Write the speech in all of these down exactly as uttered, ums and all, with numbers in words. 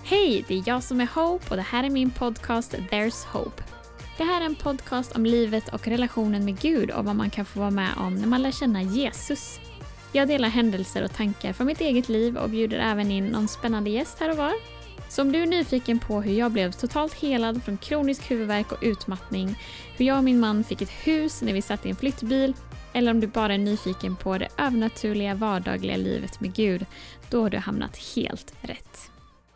Hej, det är jag som är Hope och det här är min podcast There's Hope. Det här är en podcast om livet och relationen med Gud och vad man kan få vara med om när man lär känna Jesus. Jag delar händelser och tankar från mitt eget liv och bjuder även in någon spännande gäst här och var. Så om du är nyfiken på hur jag blev totalt helad från kronisk huvudvärk och utmattning, hur jag och min man fick ett hus när vi satt i en flyttbil, eller om du bara är nyfiken på det övernaturliga vardagliga livet med Gud, då har du hamnat helt rätt.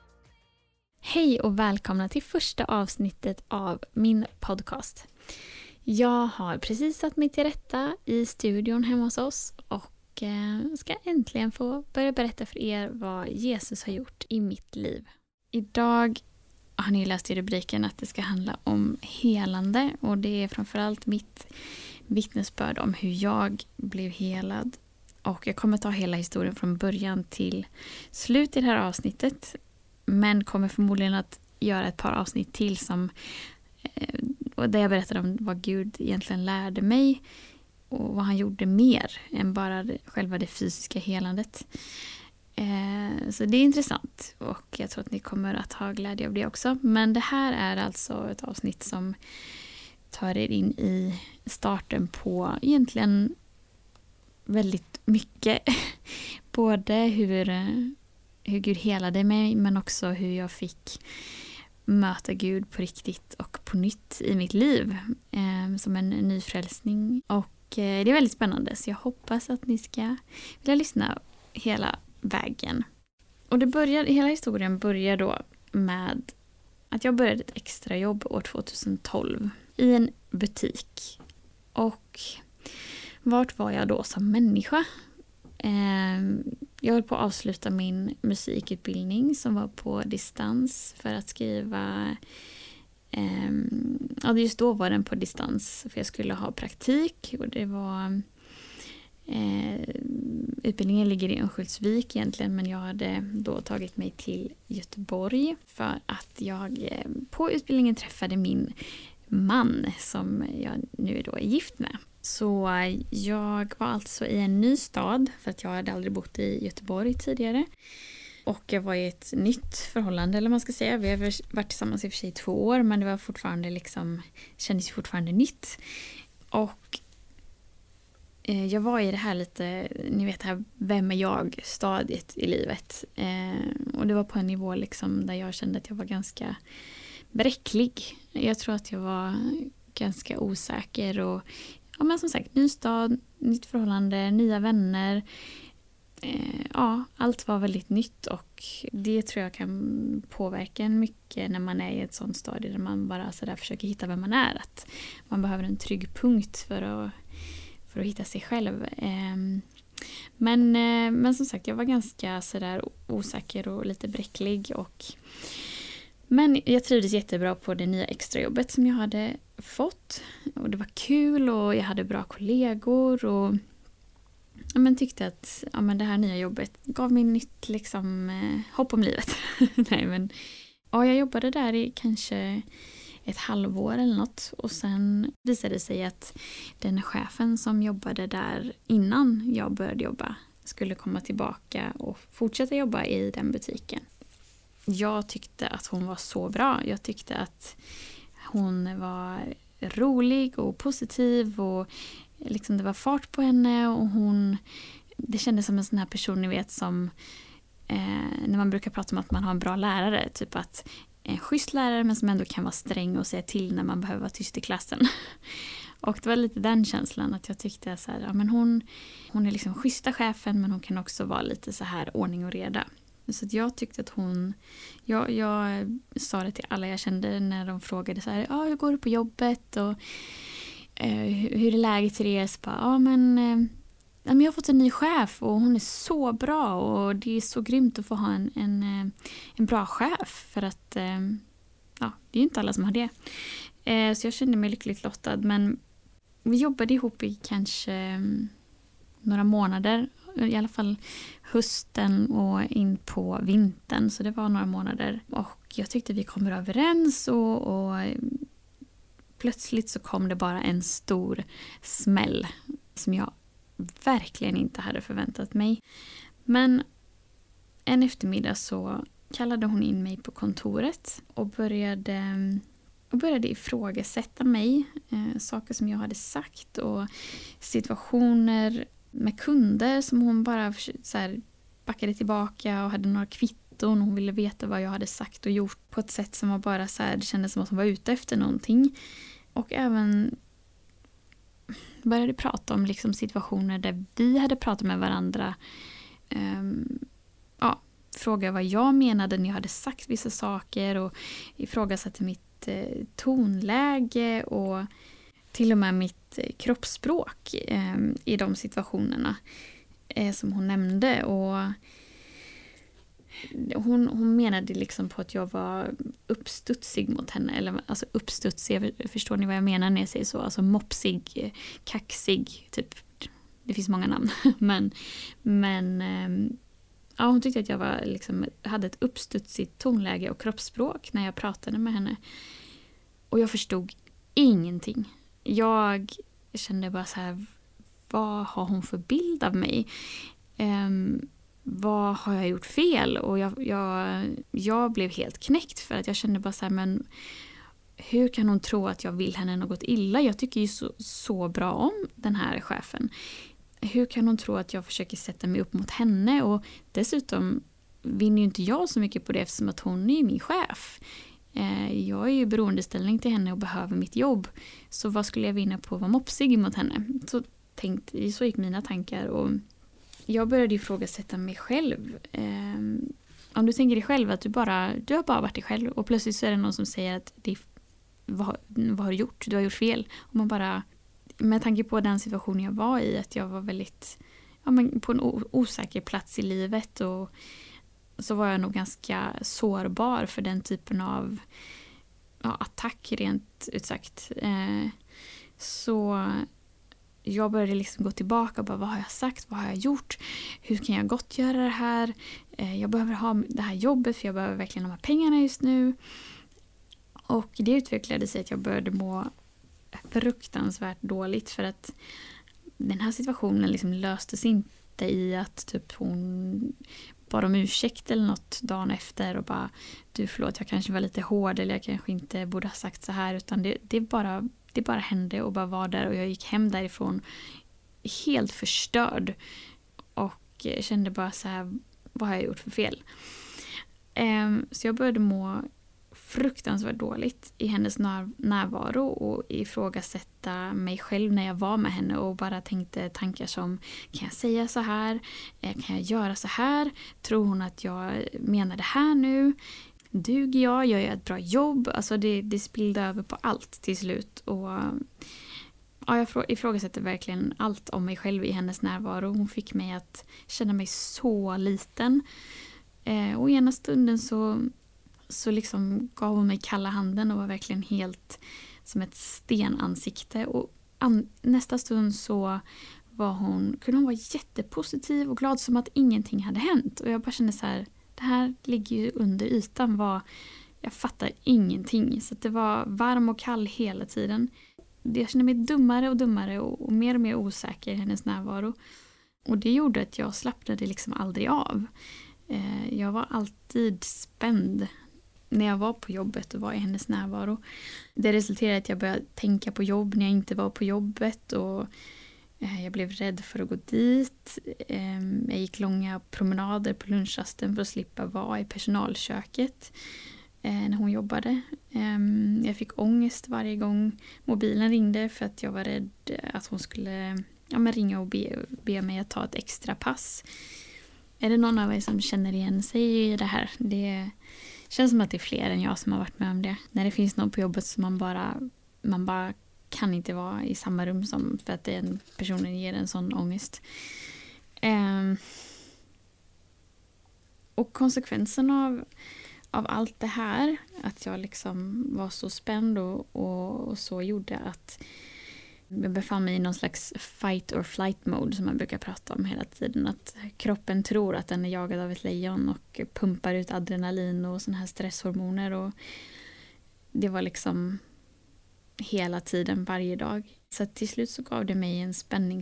Hej och välkomna till första avsnittet av min podcast. Jag har precis satt mig till rätta i studion hemma hos oss och ska äntligen få börja berätta för er vad Jesus har gjort i mitt liv. Idag har ni läst i rubriken att det ska handla om helande, och det är framförallt mitt vittnesbörd om hur jag blev helad. Och jag kommer ta hela historien från början till slut i det här avsnittet, men kommer förmodligen att göra ett par avsnitt till som, och där jag berättar om vad Gud egentligen lärde mig och vad han gjorde mer än bara själva det fysiska helandet. Så det är intressant och jag tror att ni kommer att ha glädje av det också. Men det här är alltså ett avsnitt som tar er in i starten på egentligen väldigt mycket. Både hur, hur Gud helade mig, men också hur jag fick möta Gud på riktigt och på nytt i mitt liv. Eh, som en ny frälsning. Och eh, det är väldigt spännande, så jag hoppas att ni ska vilja lyssna hela vägen. Och det börjar, hela historien börjar då med att jag började ett extrajobb år tjugohundratolv i en butik. Och vart var jag då som människa? Eh, jag höll på att avsluta min musikutbildning som var på distans för att skriva. Eh, ja, just då var den på distans för jag skulle ha praktik, och det var eh, utbildningen ligger i Örnsköldsvik egentligen, men jag hade då tagit mig till Göteborg för att jag eh, på utbildningen träffade min man som jag nu då är gift med. Så jag var alltså i en ny stad, för att jag hade aldrig bott i Göteborg tidigare. Och jag var i ett nytt förhållande, eller man ska säga. Vi har varit tillsammans i och för sig i två år, men det var fortfarande liksom, kändes fortfarande nytt. Och eh, jag var i det här lite, ni vet här, vem är jag stadiet i livet. Eh, och det var på en nivå liksom där jag kände att jag var ganska bräcklig. Jag tror att jag var ganska osäker och ja, men som sagt, ny stad, nytt förhållande, nya vänner. Eh, ja, allt var väldigt nytt, och det tror jag kan påverka en mycket när man är i ett sånt stadie där man bara så där försöker hitta vem man är. Att man behöver en trygg punkt för att, för att hitta sig själv. Eh, men, eh, men som sagt, jag var ganska så där osäker och lite bräcklig, och men jag trivdes jättebra på det nya extrajobbet som jag hade fått. Och det var kul och jag hade bra kollegor. Och ja, men tyckte att ja, men det här nya jobbet gav mig nytt liksom, eh, hopp om livet. Nej, men, ja, jag jobbade där i kanske ett halvår eller något. Och sen visade det sig att den chefen som jobbade där innan jag började jobba skulle komma tillbaka och fortsätta jobba i den butiken. Jag tyckte att hon var så bra. Jag tyckte att hon var rolig och positiv, och liksom det var fart på henne, och hon, det kändes som en sån här person ni vet som eh, när man brukar prata om att man har en bra lärare, typ att en schysst lärare men som ändå kan vara sträng och säga till när man behöver vara tyst i klassen. Och det var lite den känslan att jag tyckte så här, ja, men hon, hon är liksom schyssta chefen, men hon kan också vara lite så här ordning och reda. Så att jag tyckte att hon, jag, jag sa det till alla jag kände när de frågade så här, ja, hur går det på jobbet och eh, hur är läget till er? Så bara, ja, men, eh, jag har fått en ny chef och hon är så bra, och det är så grymt att få ha en, en, en bra chef, för att eh, ja, det är ju inte alla som har det. Eh, så jag kände mig lyckligt lottad, men vi jobbade ihop i kanske eh, några månader, i alla fall hösten och in på vintern, så det var några månader, och jag tyckte vi kom överens, och, och plötsligt så kom det bara en stor smäll som jag verkligen inte hade förväntat mig. Men en eftermiddag så kallade hon in mig på kontoret och började, och började ifrågasätta mig. Eh, saker som jag hade sagt och situationer med kunder som hon bara så här, backade tillbaka och hade några kvitton. Hon ville veta vad jag hade sagt och gjort på ett sätt som var bara så här, det kändes som att hon var ute efter någonting. Och även började prata om liksom situationer där vi hade pratat med varandra. Um, ja, fråga vad jag menade när jag hade sagt vissa saker och ifrågasatte mitt eh, tonläge och till och med mitt eh, kroppsspråk eh, i de situationerna eh, som hon nämnde. Och hon, hon menade liksom på att jag var uppstudsig mot henne. Eller alltså uppstudsig, förstår ni vad jag menar när jag säger så? Alltså mopsig, kaxig, typ. Det finns många namn. men men eh, ja, hon tyckte att jag var, liksom, hade ett uppstudsigt tonläge och kroppsspråk när jag pratade med henne. Och jag förstod ingenting. Jag kände bara så här, vad har hon för bild av mig? Um, vad har jag gjort fel? Och jag, jag, jag blev helt knäckt för att jag kände bara så här, men hur kan hon tro att jag vill henne något illa? Jag tycker ju så, så bra om den här chefen. Hur kan hon tro att jag försöker sätta mig upp mot henne? Och dessutom vinner ju inte jag så mycket på det eftersom att hon är min chef. Jag är ju i beroendeställning till henne och behöver mitt jobb. Så vad skulle jag vinna på att vara mopsig mot henne? Så, tänkte, så gick mina tankar och jag började ifrågasätta mig själv. Om du tänker dig själv att du, bara, du har bara varit dig själv och plötsligt så är det någon som säger att det, vad, vad har du gjort? Du har gjort fel. Och man bara... Med tanke på den situation jag var i, att jag var väldigt ja, men på en osäker plats i livet och så var jag nog ganska sårbar för den typen av ja, attack rent ut sagt. Eh, så jag började liksom gå tillbaka och bara, vad har jag sagt, vad har jag gjort, hur kan jag gottgöra det här, eh, jag behöver ha det här jobbet för jag behöver verkligen de här pengarna just nu. Och det utvecklade sig att jag började må fruktansvärt dåligt för att den här situationen liksom löstes inte i att typ hon bad om ursäkt eller något dagen efter och bara, du förlåt jag kanske var lite hård eller jag kanske inte borde ha sagt så här, utan det, det, bara, det bara hände och bara var där och jag gick hem därifrån helt förstörd och kände bara så här, vad har jag gjort för fel? Um, så jag började må fruktansvärt dåligt i hennes närvaro och ifrågasätta mig själv när jag var med henne och bara tänkte tankar som, kan jag säga så här? Kan jag göra så här? Tror hon att jag menar det här nu? Duger jag? Gör jag ett bra jobb? Alltså det, det spillde över på allt till slut och ja, jag ifrågasätter verkligen allt om mig själv i hennes närvaro. Hon fick mig att känna mig så liten och ena stunden så så liksom gav hon mig kalla handen och var verkligen helt som ett stenansikte. Och an- nästa stund så var hon, kunde hon vara jättepositiv och glad som att ingenting hade hänt. Och jag bara kände så här, det här ligger ju under ytan. Var, jag fattar ingenting. Så att det var varm och kall hela tiden. Jag kände mig dummare och dummare och, och mer och mer osäker i hennes närvaro. Och det gjorde att jag slappnade liksom aldrig av. Eh, jag var alltid spänd när jag var på jobbet och var i hennes närvaro. Det resulterade i att jag började tänka på jobb när jag inte var på jobbet och eh, jag blev rädd för att gå dit. Eh, jag gick långa promenader på lunchrasten för att slippa vara i personalköket eh, när hon jobbade. Eh, jag fick ångest varje gång mobilen ringde för att jag var rädd att hon skulle ja, men ringa och be, be mig att ta ett extra pass. Är det någon av er som känner igen sig i det här? Det känns som att det är fler än jag som har varit med om det. När det finns någon på jobbet som man bara, man bara kan inte vara i samma rum som för att den personen ger en sån ångest. Um, och konsekvensen av, av allt det här, att jag liksom var så spänd och, och, och så gjorde att jag befann mig i någon slags fight or flight mode som man brukar prata om hela tiden. Att kroppen tror att den är jagad av ett lejon och pumpar ut adrenalin och såna här stresshormoner. Och det var liksom hela tiden, varje dag. Så till slut så gav det mig en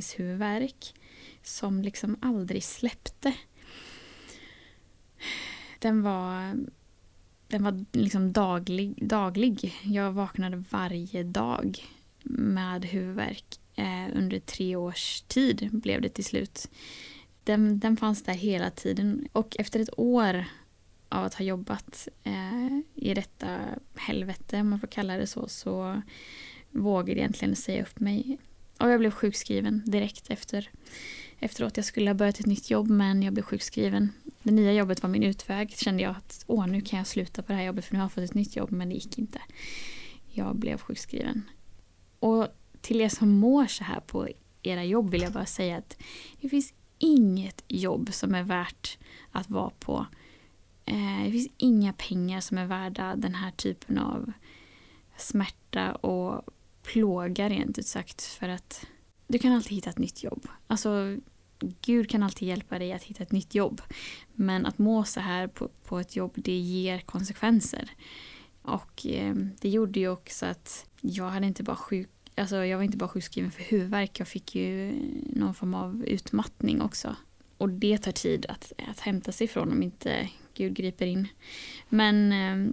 spänningshuvudvärk som liksom aldrig släppte. Den var, den var liksom daglig, daglig. Jag vaknade varje dag med huvudvärk. Eh, under tre års tid blev det till slut. Den, den fanns där hela tiden. Och efter ett år av att ha jobbat eh, i detta helvete, om man får kalla det så, så vågade jag egentligen säga upp mig. Och jag blev sjukskriven direkt efter. Efteråt jag skulle ha börjat ett nytt jobb, men jag blev sjukskriven. Det nya jobbet var min utväg. Kände jag att åh, nu kan jag sluta på det här jobbet för nu har jag fått ett nytt jobb, men det gick inte. Jag blev sjukskriven. Och till er som mår så här på era jobb vill jag bara säga att det finns inget jobb som är värt att vara på. Eh, det finns inga pengar som är värda den här typen av smärta och plåga rent ut sagt, för att du kan alltid hitta ett nytt jobb. Alltså, Gud kan alltid hjälpa dig att hitta ett nytt jobb. Men att må så här på, på ett jobb, det ger konsekvenser. Och eh, det gjorde ju också att jag hade inte bara sjuk, alltså jag var inte bara sjukskriven för huvudvärk. Jag fick ju någon form av utmattning också. Och det tar tid att, att hämta sig ifrån om inte Gud griper in. Men eh,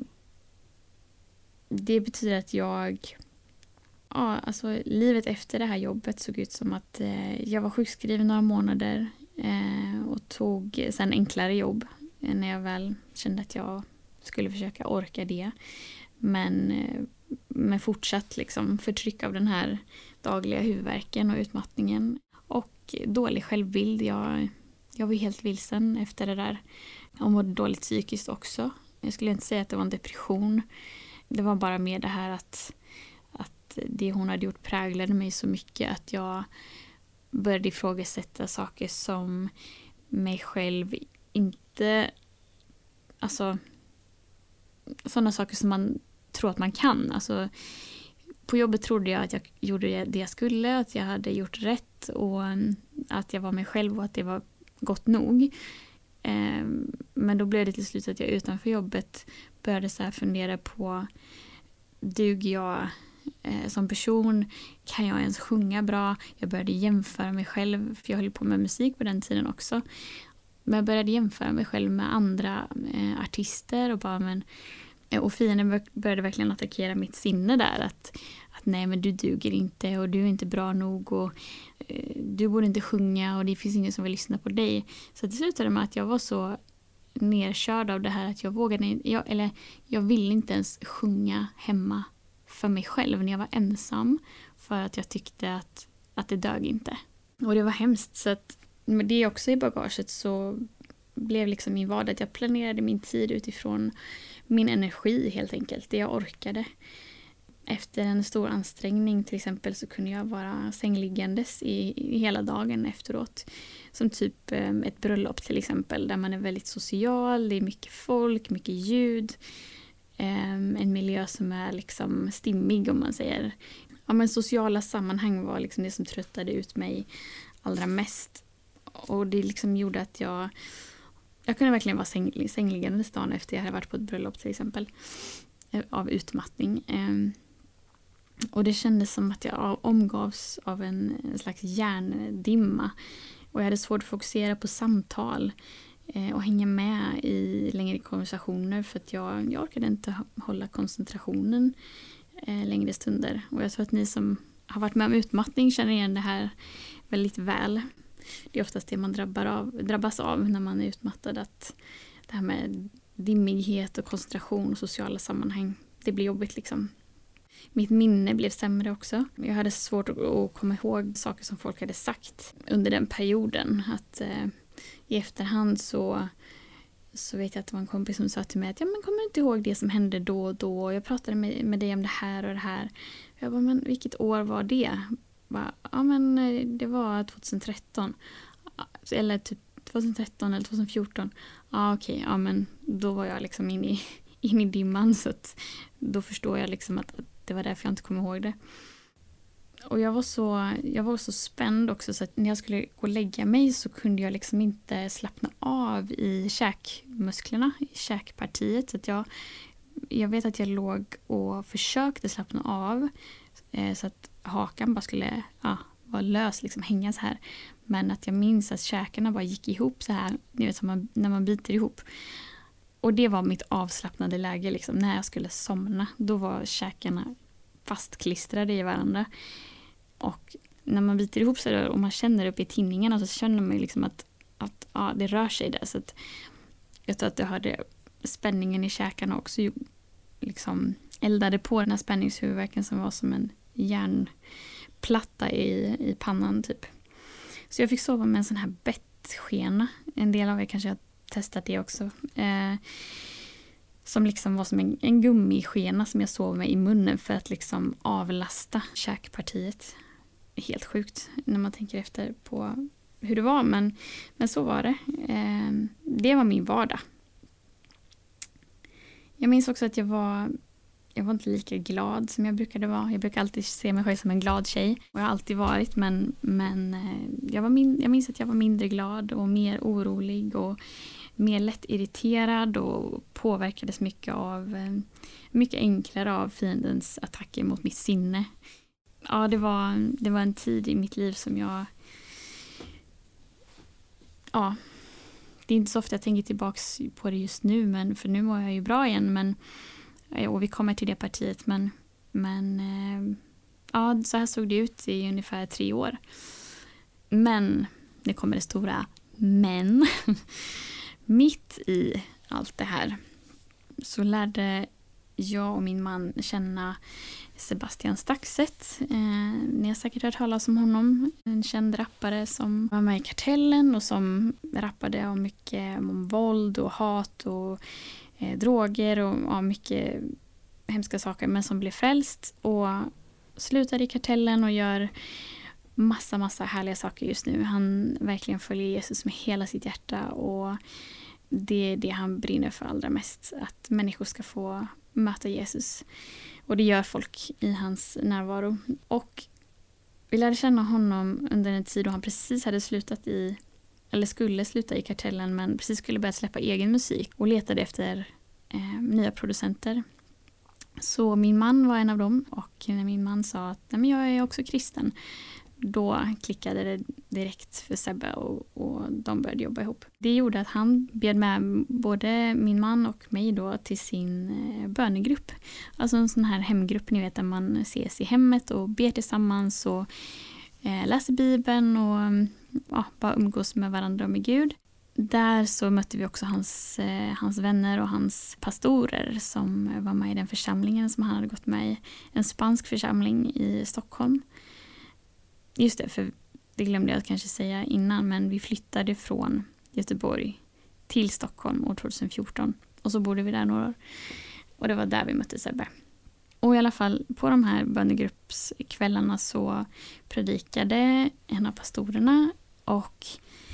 det betyder att jag... Ja, alltså livet efter det här jobbet såg ut som att eh, jag var sjukskriven några månader eh, och tog sen enklare jobb eh, när jag väl kände att jag skulle försöka orka det. Men eh, med fortsatt liksom, förtryck av den här dagliga huvudvärken och utmattningen. Och dålig självbild. Jag, jag var helt vilsen efter det där. Jag mådde dåligt psykiskt också. Jag skulle inte säga att det var en depression. Det var bara mer det här att det hon hade gjort präglade mig så mycket att jag började ifrågasätta saker som mig själv inte, alltså sådana saker som man tror att man kan. Alltså, på jobbet trodde jag att jag gjorde det jag skulle, att jag hade gjort rätt och att jag var mig själv och att det var gott nog. Men då blev det till slut att jag utanför jobbet började så här fundera på, duger jag som person, kan jag ens sjunga bra? Jag började jämföra mig själv, för jag höll på med musik på den tiden också. Men jag började jämföra mig själv med andra eh, artister och bara, men och fienden började verkligen attackera mitt sinne där, att, att nej, men du duger inte och du är inte bra nog och eh, du borde inte sjunga och det finns ingen som vill lyssna på dig. Så det slutade med att jag var så nerkörd av det här att jag vågade, jag, eller jag ville inte ens sjunga hemma för mig själv när jag var ensam, för att jag tyckte att, att det dög inte. Och det var hemskt, så att med det också i bagaget så blev liksom min vardag att jag planerade min tid utifrån min energi helt enkelt, det jag orkade. Efter en stor ansträngning till exempel så kunde jag vara sängliggandes i, i hela dagen efteråt. Som typ eh, ett bröllop till exempel, där man är väldigt social, det är mycket folk, mycket ljud. En miljö som är liksom stimmig om man säger. Ja, men sociala sammanhang var liksom det som tröttade ut mig allra mest. Och det liksom gjorde att jag jag kunde verkligen vara säng, sängliggande dagen efter jag hade varit på ett bröllop till exempel. Av utmattning. Och det kändes som att jag omgavs av en, en slags hjärndimma. Och jag hade svårt att fokusera på samtal och hänga med i längre konversationer för att jag, jag orkade inte hålla koncentrationen eh, längre stunder. Och jag tror att ni som har varit med om utmattning känner igen det här väldigt väl. Det är oftast det man drabbar av, drabbas av när man är utmattad, att det här med dimmighet och koncentration och sociala sammanhang, det blir jobbigt liksom. Mitt minne blev sämre också. Jag hade svårt att, att komma ihåg saker som folk hade sagt under den perioden. Att eh, i efterhand så, så vet jag att det var en kompis som sa till mig att ja, men kommer du inte ihåg det som hände då och då? Jag pratade med, med dig om det här och det här. Jag bara, men vilket år var det? Bara, ja, men det var tjugohundratretton. Eller typ tjugohundratretton eller tjugohundrafjorton. Ja, okej. Okay, ja, men då var jag liksom in i, in i dimman. Så att då förstår jag liksom att, att det var därför jag inte kommer ihåg det. Och jag var så, jag var så spänd också, så att när jag skulle gå och lägga mig så kunde jag liksom inte slappna av i käkmusklerna, i käkpartiet. Så att jag, jag vet att jag låg och försökte slappna av eh, så att hakan bara skulle ja, vara lös, liksom hänga så här. Men att jag minns att käkarna bara gick ihop så här, ni vet som man, när man biter ihop. Och det var mitt avslappnade läge liksom, när jag skulle somna. Då var käkarna fastklistrade i varandra. Och när man biter ihop sig där och man känner upp i tinningarna så känner man ju liksom att, att ja, det rör sig där. Så att jag tror att jag hade spänningen i käkarna också liksom eldade på den här spänningshuvudvärken som var som en järnplatta i, i pannan typ. Så jag fick sova med en sån här bettskena. En del av er kanske har testat det också. Eh, som liksom var som en, en gummiskena som jag sov med i munnen för att liksom avlasta käkpartiet. Helt sjukt när man tänker efter på hur det var, men, men så var det. Eh, det var min vardag. Jag minns också att jag var jag var inte lika glad som jag brukade vara. Jag brukar alltid se mig själv som en glad tjej. Och jag har alltid varit, men, men jag, var min, jag minns att jag var mindre glad och mer orolig och mer lätt irriterad och påverkades mycket av mycket enklare av fiendens attacker mot mitt sinne. Ja, det var, det var en tid i mitt liv som jag... Ja, det är inte så ofta jag tänker tillbaks på det just nu, men för nu mår jag ju bra igen, men och vi kommer till det partiet, men, men ja, så här såg det ut i ungefär tre år. Men, det kommer det stora men, mitt i allt det här så lärde jag och min man känna Sebastian Staxet. Eh, ni har säkert hört talas om honom. En känd rappare som var med i Kartellen och som rappade om mycket om våld och hat och eh, droger och ja, mycket hemska saker, men som blev frälst och slutade i Kartellen och gör massa, massa härliga saker just nu. Han verkligen följer Jesus med hela sitt hjärta och det är det han brinner för allra mest. Att människor ska få möta Jesus. Och det gör folk i hans närvaro. Och vi lärde känna honom under en tid då han precis hade slutat i, eller skulle sluta i Kartellen, men precis skulle börja släppa egen musik och letade efter eh, nya producenter. Så min man var en av dem, och när min man sa att nej, men jag är också kristen, då klickade det direkt för Sebbe och, och de började jobba ihop. Det gjorde att han bjöd med både min man och mig då till sin eh, bönegrupp. Alltså en sån här hemgrupp, ni vet, där man ses i hemmet och ber tillsammans och eh, läser Bibeln och ja, bara umgås med varandra och med Gud. Där så mötte vi också hans, eh, hans vänner och hans pastorer som var med i den församlingen som han hade gått med i. En spansk församling i Stockholm. Just det, för det glömde jag kanske säga innan, men vi flyttade från Göteborg till Stockholm år tjugohundrafjorton. Och så bodde vi där några år. Och det var där vi mötte Sebbe. Och i alla fall på de här bönegruppskvällarna så predikade en av pastorerna och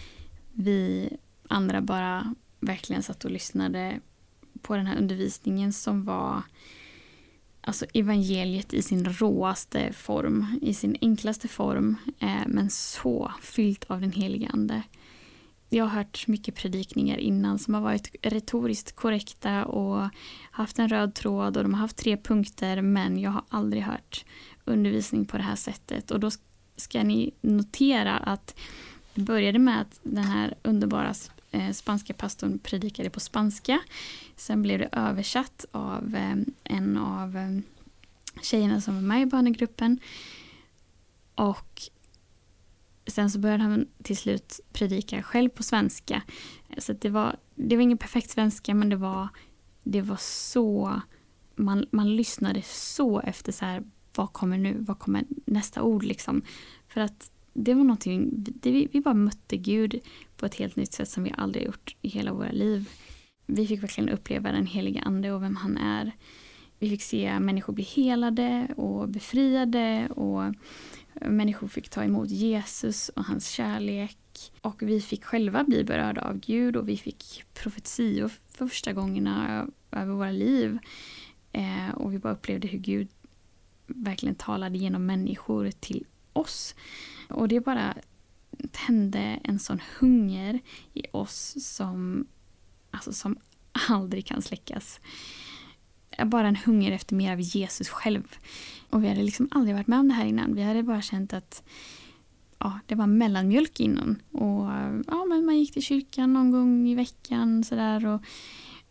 vi andra bara verkligen satt och lyssnade på den här undervisningen som var alltså evangeliet i sin råaste form, i sin enklaste form, eh, men så fyllt av den heliga ande. Jag har hört mycket predikningar innan som har varit retoriskt korrekta och haft en röd tråd och de har haft tre punkter, men jag har aldrig hört undervisning på det här sättet. Och då ska ni notera att det började med att den här underbara eh, spanska pastorn predikade på spanska. Sen blev det översatt av eh, en av eh, tjejerna som var med i bönegruppen. Och sen så började han till slut predika själv på svenska. Så att det var det var ingen perfekt svenska, men det var det var så man man lyssnade så efter så här, vad kommer nu? Vad kommer nästa ord liksom? För att det var någonting, det, vi, vi bara mötte Gud på ett helt nytt sätt som vi aldrig gjort i hela våra liv. Vi fick verkligen uppleva den heliga ande och vem han är. Vi fick se människor bli helade och befriade och människor fick ta emot Jesus och hans kärlek. Och vi fick själva bli berörda av Gud och vi fick profetior för första gångerna över våra liv. Eh, och vi bara upplevde hur Gud verkligen talade genom människor till oss. Och det bara tände en sån hunger i oss som, alltså som aldrig kan släckas. Bara en hunger efter mer av Jesus själv. Och vi hade liksom aldrig varit med om det här innan. Vi hade bara känt att ja, det var mellanmjölk innan. Och ja, men man gick till kyrkan någon gång i veckan sådär. Och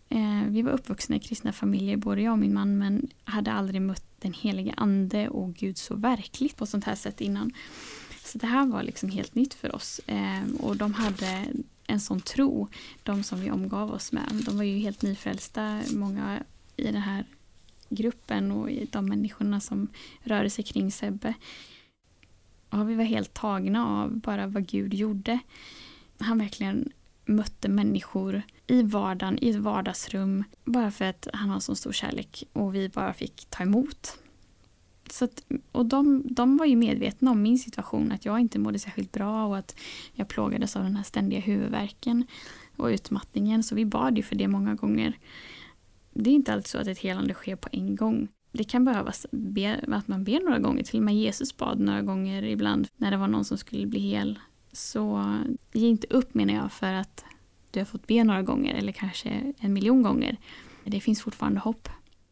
Eh, vi var uppvuxna i kristna familjer, både jag och min man, men hade aldrig mött den heliga ande och Gud så verkligt på sånt här sätt innan. Så det här var liksom helt nytt för oss. Eh, och de hade en sån tro, de som vi omgav oss med. De var ju helt nyfrälsta, många i den här gruppen och i de människorna som rörde sig kring Sebbe. Ja, vi var helt tagna av bara vad Gud gjorde. Han verkligen mötte människor i vardagen, i ett vardagsrum, bara för att han har så stor kärlek och vi bara fick ta emot. Så att, och de, de var ju medvetna om min situation, att jag inte mådde särskilt bra och att jag plågades av den här ständiga huvudvärken och utmattningen, så vi bad ju för det många gånger. Det är inte alltid så att ett helande sker på en gång. Det kan behövas be, att man ber några gånger, till och med Jesus bad några gånger ibland när det var någon som skulle bli hel. Så ge inte upp, menar jag, för att du har fått be några gånger eller kanske en miljon gånger. Det finns fortfarande hopp.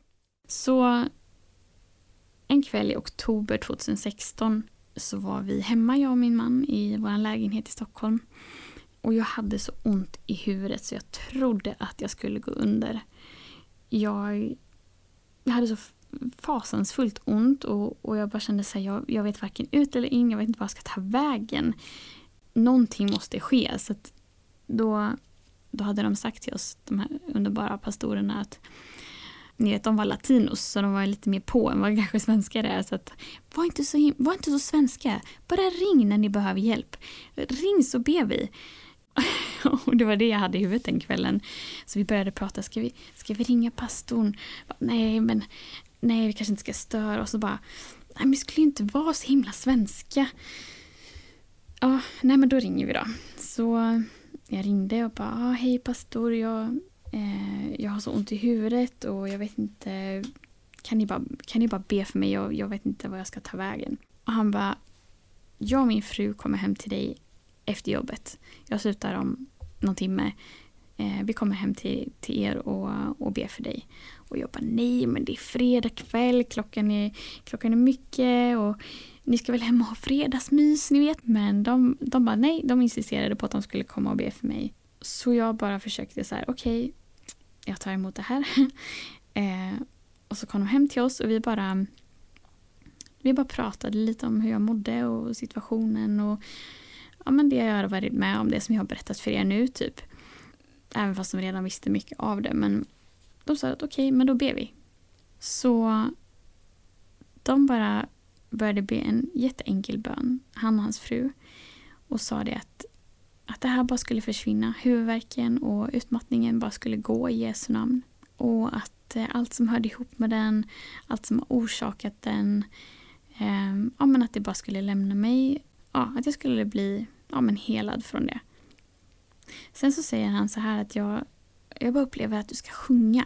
Så en kväll i oktober tjugohundrasexton så var vi hemma, jag och min man, i vår lägenhet i Stockholm. Och jag hade så ont i huvudet så jag trodde att jag skulle gå under. Jag, jag hade så fasansfullt ont och, och jag bara kände så här, jag, jag vet varken ut eller in, jag vet inte vad jag ska ta vägen. Någonting måste ske. Så att då, då hade de sagt till oss, de här underbara pastorerna, att ni vet, de var latinos så de var lite mer på än vad kanske svenskar är. Så att, var inte så, him- var inte så svenska. Bara ring när ni behöver hjälp. Ring så ber vi. Och det var det jag hade i huvudet den kvällen. Så vi började prata, ska vi, ska vi ringa pastorn? Nej, men nej, vi kanske inte ska störa. Och så bara, nej, men vi skulle inte vara så himla svenska. Ja, nej, men då ringer vi då. Så jag ringde och bara, ah, hej pastor, jag, eh, jag har så ont i huvudet och jag vet inte, kan ni bara, kan ni bara be för mig? Jag, jag vet inte vad jag ska ta vägen. Och han bara, jag och min fru kommer hem till dig efter jobbet. Jag slutar om någon timme. Eh, vi kommer hem till, till er och, och ber för dig. Och jag bara, nej, men det är fredag kväll. Klockan är, klockan är mycket och ni ska väl hem och ha fredagsmys, ni vet. Men de, de bara, nej, de insisterade på att de skulle komma och be för mig. Så jag bara försökte så här, okej, okay, jag tar emot det här. eh, och så kom de hem till oss och vi bara, vi bara pratade lite om hur jag mådde och situationen och ja, men det jag har varit med om, det som jag har berättat för er nu typ. Även fast de redan visste mycket av det. Men de sa att okej, okay, men då ber vi. Så de bara började be en jätteenkel bön, han och hans fru. Och sa det att, att det här bara skulle försvinna. Huvudvärken och utmattningen bara skulle gå i Jesu namn. Och att eh, allt som hörde ihop med den, allt som har orsakat den, eh, ja, men att det bara skulle lämna mig. Ja, att jag skulle bli ja, men helad från det. Sen så säger han så här att jag, jag bara upplever att du ska sjunga.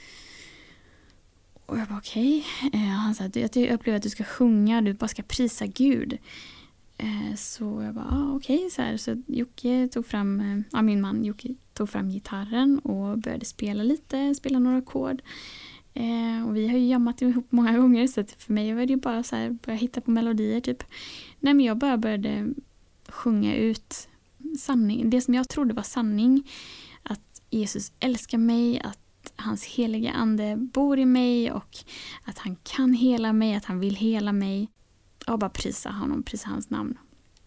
Och jag bara okej. Okay. Eh, han sa att jag upplever att du ska sjunga, du bara ska prisa Gud. Eh, så jag bara ah, okej. Okay, så, här. Så Jocke tog fram, eh, ja, min man Jocke tog fram gitarren och började spela lite, spela några ackord. Eh, och vi har ju jammat ihop många gånger så att för mig var det ju bara så här, börja hitta på melodier typ. Nej, men jag bara började sjunga ut sanning, det som jag trodde var sanning, att Jesus älskar mig, att hans heliga ande bor i mig och att han kan hela mig, att han vill hela mig, och bara prisa honom, prisa hans namn.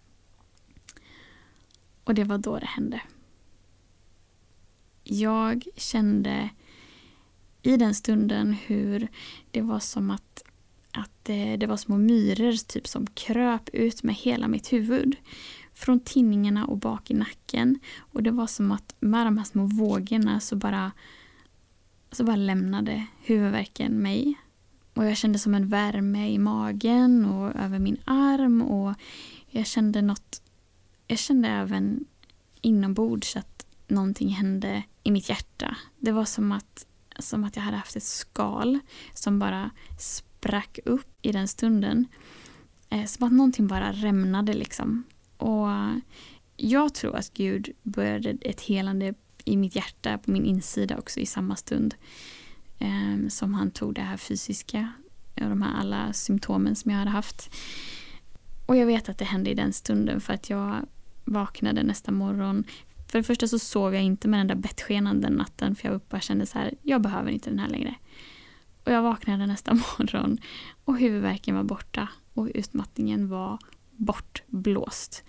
Och det var då det hände. Jag kände i den stunden hur det var som att, att det, det var små myror typ som kröp ut med hela mitt huvud. Från tinningarna och bak i nacken. Och det var som att med de här små vågorna så bara, så bara lämnade huvudvärken mig. Och jag kände som en värme i magen och över min arm. Och jag kände något, jag kände även inombords att någonting hände i mitt hjärta. Det var som att, som att jag hade haft ett skal som bara sprack upp i den stunden. Eh, som att någonting bara rämnade liksom. Och jag tror att Gud började ett helande i mitt hjärta, på min insida också i samma stund. Eh, som han tog det här fysiska och de här alla symptomen som jag hade haft. Och jag vet att det hände i den stunden för att jag vaknade nästa morgon För det första så sov jag inte med den där bettskenan den natten, för jag var uppe och kände så här, jag behöver inte den här längre. Och jag vaknade nästa morgon och huvudvärken var borta och utmattningen var bortblåst.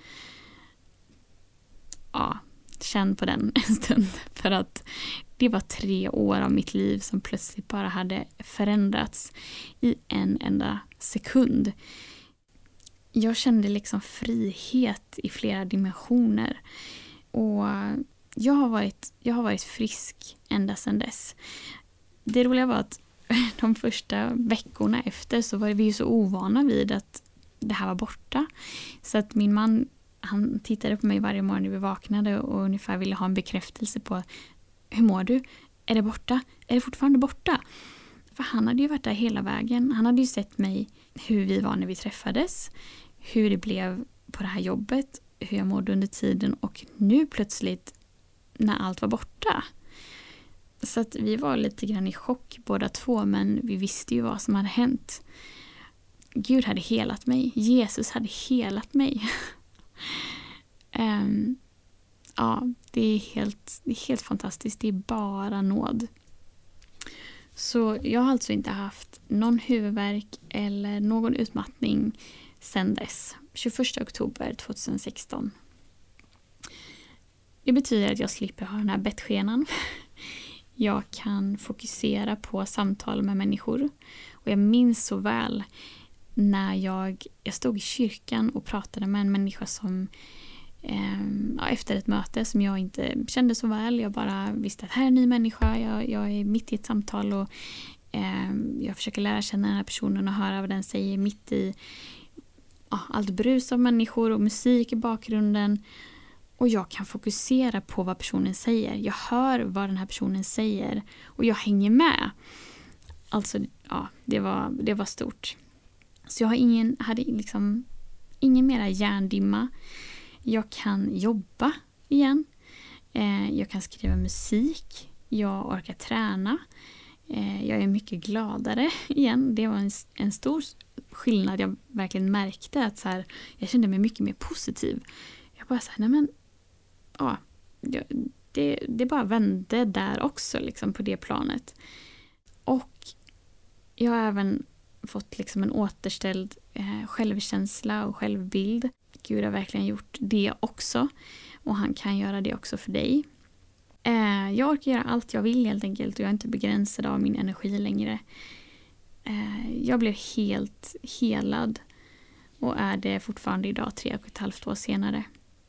Ja, känn på den en stund, för att det var tre år av mitt liv som plötsligt bara hade förändrats i en enda sekund. Jag kände liksom frihet i flera dimensioner. Och jag har varit, jag har varit frisk ända sedan dess. Det roliga var att de första veckorna efter så var vi ju så ovana vid att det här var borta. Så att min man, han tittade på mig varje morgon när vi vaknade och ungefär ville ha en bekräftelse på: hur mår du? Är det borta? Är det fortfarande borta? För han hade ju varit där hela vägen. Han hade ju sett mig, hur vi var när vi träffades, hur det blev på det här jobbet, hur jag mådde under tiden, och nu plötsligt när allt var borta. Så att vi var lite grann i chock båda två, men vi visste ju vad som hade hänt. Gud hade helat mig. Jesus hade helat mig. um, ja, det är, helt, det är helt fantastiskt. Det är bara nåd. Så jag har alltså inte haft någon huvudvärk eller någon utmattning sedan dess. tjugoförsta oktober tjugohundrasexton. Det betyder att jag slipper ha den här bettskenan. Jag kan fokusera på samtal med människor. Och jag minns så väl när jag, jag stod i kyrkan och pratade med en människa som eh, ja, efter ett möte som jag inte kände så väl. Jag bara visste att här är en ny människa. Jag, jag är mitt i ett samtal och eh, jag försöker lära känna den här personen och höra vad den säger mitt i ja, allt brus av människor och musik i bakgrunden. Och jag kan fokusera på vad personen säger. Jag hör vad den här personen säger och jag hänger med. Alltså, ja, det var, det var stort. Så jag har ingen, hade liksom ingen mera hjärndimma. Jag kan jobba igen. Eh, jag kan skriva musik. Jag orkar träna. Eh, jag är mycket gladare igen. Det var en, en stor skillnad. Jag verkligen märkte att så här, jag kände mig mycket mer positiv. Jag bara så här, nej men, ja, det, det bara vände där också liksom på det planet. Och jag har även fått liksom en återställd eh, självkänsla och självbild. Gud har verkligen gjort det också. Och han kan göra det också för dig. Eh, jag orkar göra allt jag vill helt enkelt. Och jag är inte begränsad av min energi längre. Eh, jag blev helt helad. Och är det fortfarande idag, tre och ett halvt år senare.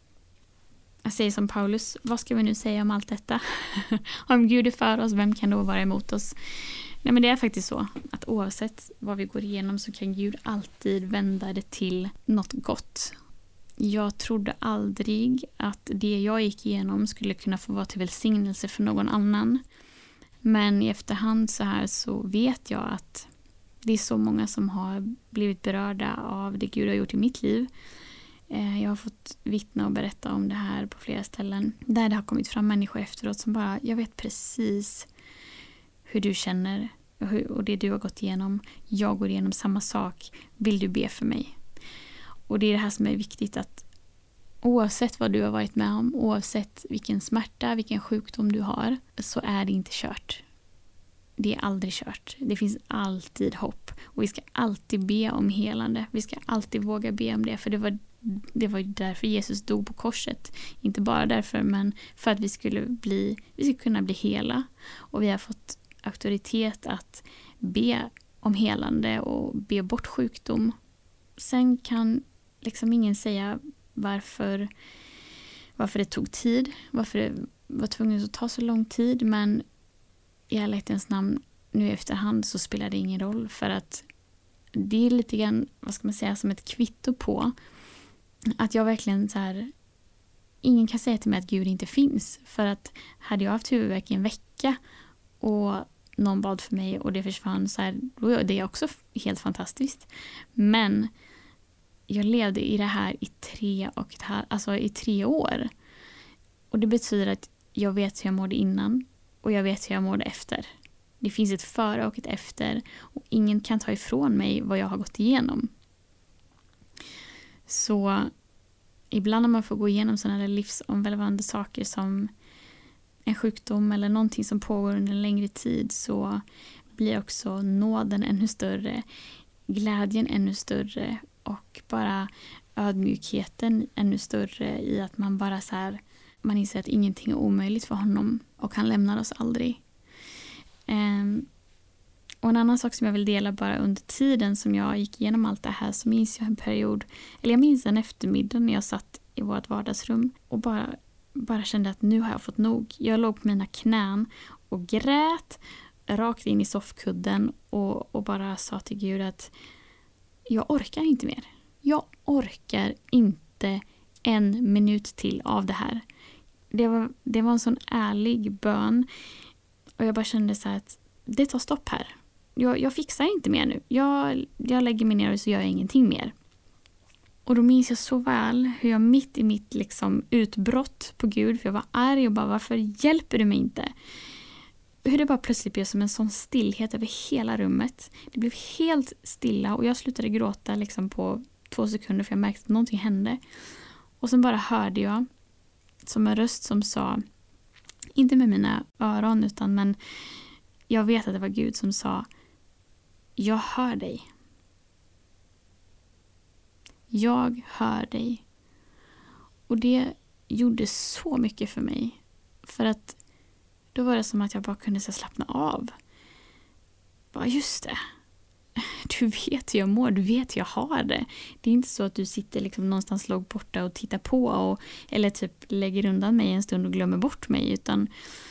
Jag säger som Paulus, vad ska vi nu säga om allt detta? Om Gud är för oss, vem kan då vara emot oss? Nej, men det är faktiskt så att oavsett vad vi går igenom så kan Gud alltid vända det till något gott. Jag trodde aldrig att det jag gick igenom skulle kunna få vara till välsignelse för någon annan. Men i efterhand så här så vet jag att det är så många som har blivit berörda av det Gud har gjort i mitt liv. Jag har fått vittna och berätta om det här på flera ställen. Där det har kommit fram människor efteråt som bara, jag vet precis hur du känner och det du har gått igenom. Jag går igenom samma sak. Vill du be för mig? Och det är det här som är viktigt, att oavsett vad du har varit med om, oavsett vilken smärta, vilken sjukdom du har, så är det inte kört. Det är aldrig kört. Det finns alltid hopp. Och vi ska alltid be om helande. Vi ska alltid våga be om det. För det var, det var därför Jesus dog på korset. Inte bara därför, men för att vi skulle, bli, vi skulle kunna bli hela. Och vi har fått auktoritet att be om helande och be bort sjukdom. Sen kan liksom ingen säga varför, varför det tog tid. Varför det var tvunget att ta så lång tid. Men i ärlighetens namn, nu i efterhand så spelar det ingen roll, för att det är lite grann, vad ska man säga, som ett kvitto på att jag verkligen så här, ingen kan säga till mig att Gud inte finns, för att hade jag haft huvudvärk i en vecka och någon bad för mig och det försvann så här, då är det också helt fantastiskt. Men jag levde i det här i tre och ett halvt, alltså i tre år. Och det betyder att jag vet hur jag mådde innan. Och jag vet hur jag mådde efter. Det finns ett före och ett efter. Och ingen kan ta ifrån mig vad jag har gått igenom. Så ibland när man får gå igenom sådana där livsomvälvande saker som en sjukdom eller någonting som pågår under en längre tid, så blir också nåden ännu större, glädjen ännu större och bara ödmjukheten ännu större i att man bara så här, man inser att ingenting är omöjligt för honom och han lämnar oss aldrig. Um, och en annan sak som jag vill dela bara under tiden som jag gick igenom allt det här, så minns jag en period, eller jag minns en eftermiddag när jag satt i vårt vardagsrum och bara, bara kände att nu har jag fått nog. Jag låg på mina knän och grät rakt in i soffkudden och, och bara sa till Gud att jag orkar inte mer. Jag orkar inte en minut till av det här. Det var, det var en sån ärlig bön. Och jag bara kände så här att det tar stopp här. Jag, jag fixar inte mer nu. Jag, jag lägger mig ner och så gör jag ingenting mer. Och då minns jag så väl hur jag mitt i mitt liksom utbrott på Gud, för jag var arg och bara, varför hjälper du mig inte? Hur det bara plötsligt blev som en sån stillhet över hela rummet. Det blev helt stilla och jag slutade gråta liksom på två sekunder för jag märkte att någonting hände. Och sen bara hörde jag som en röst som sa, inte med mina öron utan men jag vet att det var Gud som sa, jag hör dig. Jag hör dig. Och det gjorde så mycket för mig. För att då var det som att jag bara kunde så slappna av. Bara just det. Du vet hur jag mår, du vet hur jag har det. Det är inte så att du sitter liksom någonstans långt borta och tittar på och, eller typ lägger undan mig en stund och glömmer bort mig, utan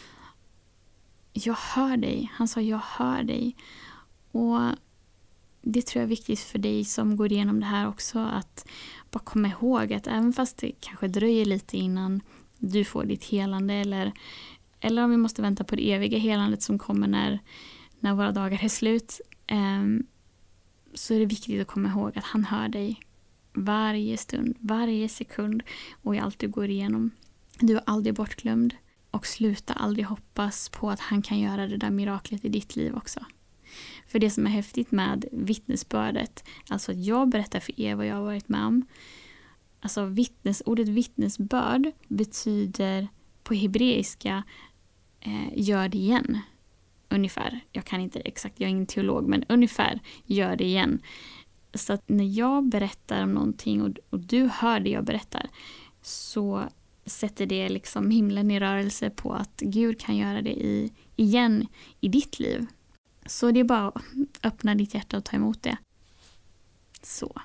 jag hör dig. Han sa jag hör dig. Och det tror jag är viktigt för dig som går igenom det här också, att bara komma ihåg att även fast det kanske dröjer lite innan du får ditt helande, eller, eller om vi måste vänta på det eviga helandet som kommer när, när våra dagar är slut, um, så är det viktigt att komma ihåg att han hör dig varje stund, varje sekund och i allt du går igenom. Du är aldrig bortglömd, och sluta aldrig hoppas på att han kan göra det där miraklet i ditt liv också. För det som är häftigt med vittnesbördet, alltså att jag berättar för er vad jag har varit med om. Alltså vittnes, ordet vittnesbörd betyder på hebreiska eh, gör det igen. Ungefär. Jag kan inte exakt, jag är ingen teolog, men ungefär gör det igen. Så att när jag berättar om någonting och, och du hör det jag berättar, så sätter det liksom himlen i rörelse på att Gud kan göra det i, igen i ditt liv. Så det är bara att öppna ditt hjärta och ta emot det. Så.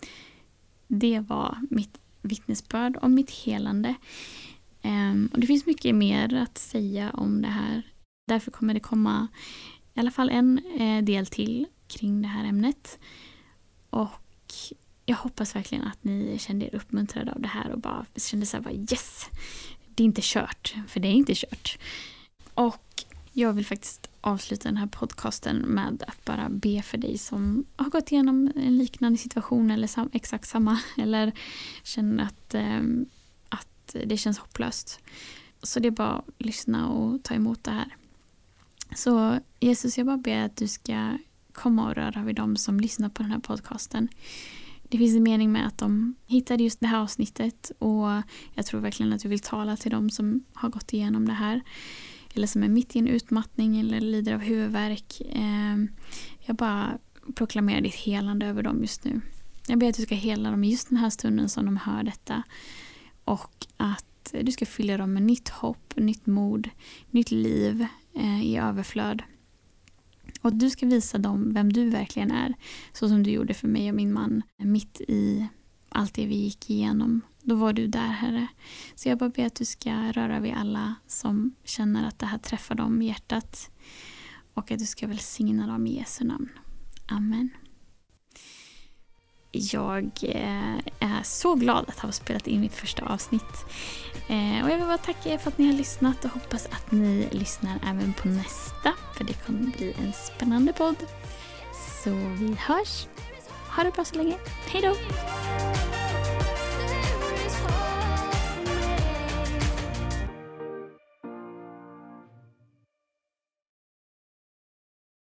Det var mitt vittnesbörd om mitt helande. Um, och det finns mycket mer att säga om det här. Därför kommer det komma i alla fall en eh, del till kring det här ämnet. Och jag hoppas verkligen att ni kände er uppmuntrade av det här och bara kände så här, bara, yes, det är inte kört. För det är inte kört. Och jag vill faktiskt avsluta den här podcasten med att bara be för dig som har gått igenom en liknande situation eller sam- exakt samma, eller känner att, eh, att det känns hopplöst. Så det är bara att lyssna och ta emot det här. Så Jesus, jag bara ber att du ska komma och röra vid dem som lyssnar på den här podcasten. Det finns en mening med att de hittade just det här avsnittet, och jag tror verkligen att du vill tala till dem som har gått igenom det här, eller som är mitt i en utmattning eller lider av huvudvärk. Jag bara proklamerar ditt helande över dem just nu. Jag ber att du ska hela dem i just den här stunden som de hör detta, och att du ska fylla dem med nytt hopp, nytt mod, nytt liv i överflöd. Och du ska visa dem vem du verkligen är, så som du gjorde för mig och min man mitt i allt det vi gick igenom. Då var du där, Herre. Så jag bara ber att du ska röra vid alla som känner att det här träffar dem i hjärtat, och att du ska välsigna dem i Jesu namn. Amen. Jag är så glad att ha spelat in mitt första avsnitt. Och jag vill bara tacka er för att ni har lyssnat, och hoppas att ni lyssnar även på nästa, för det kommer bli en spännande podd. Så vi hörs. Ha det bra så länge. Hej då!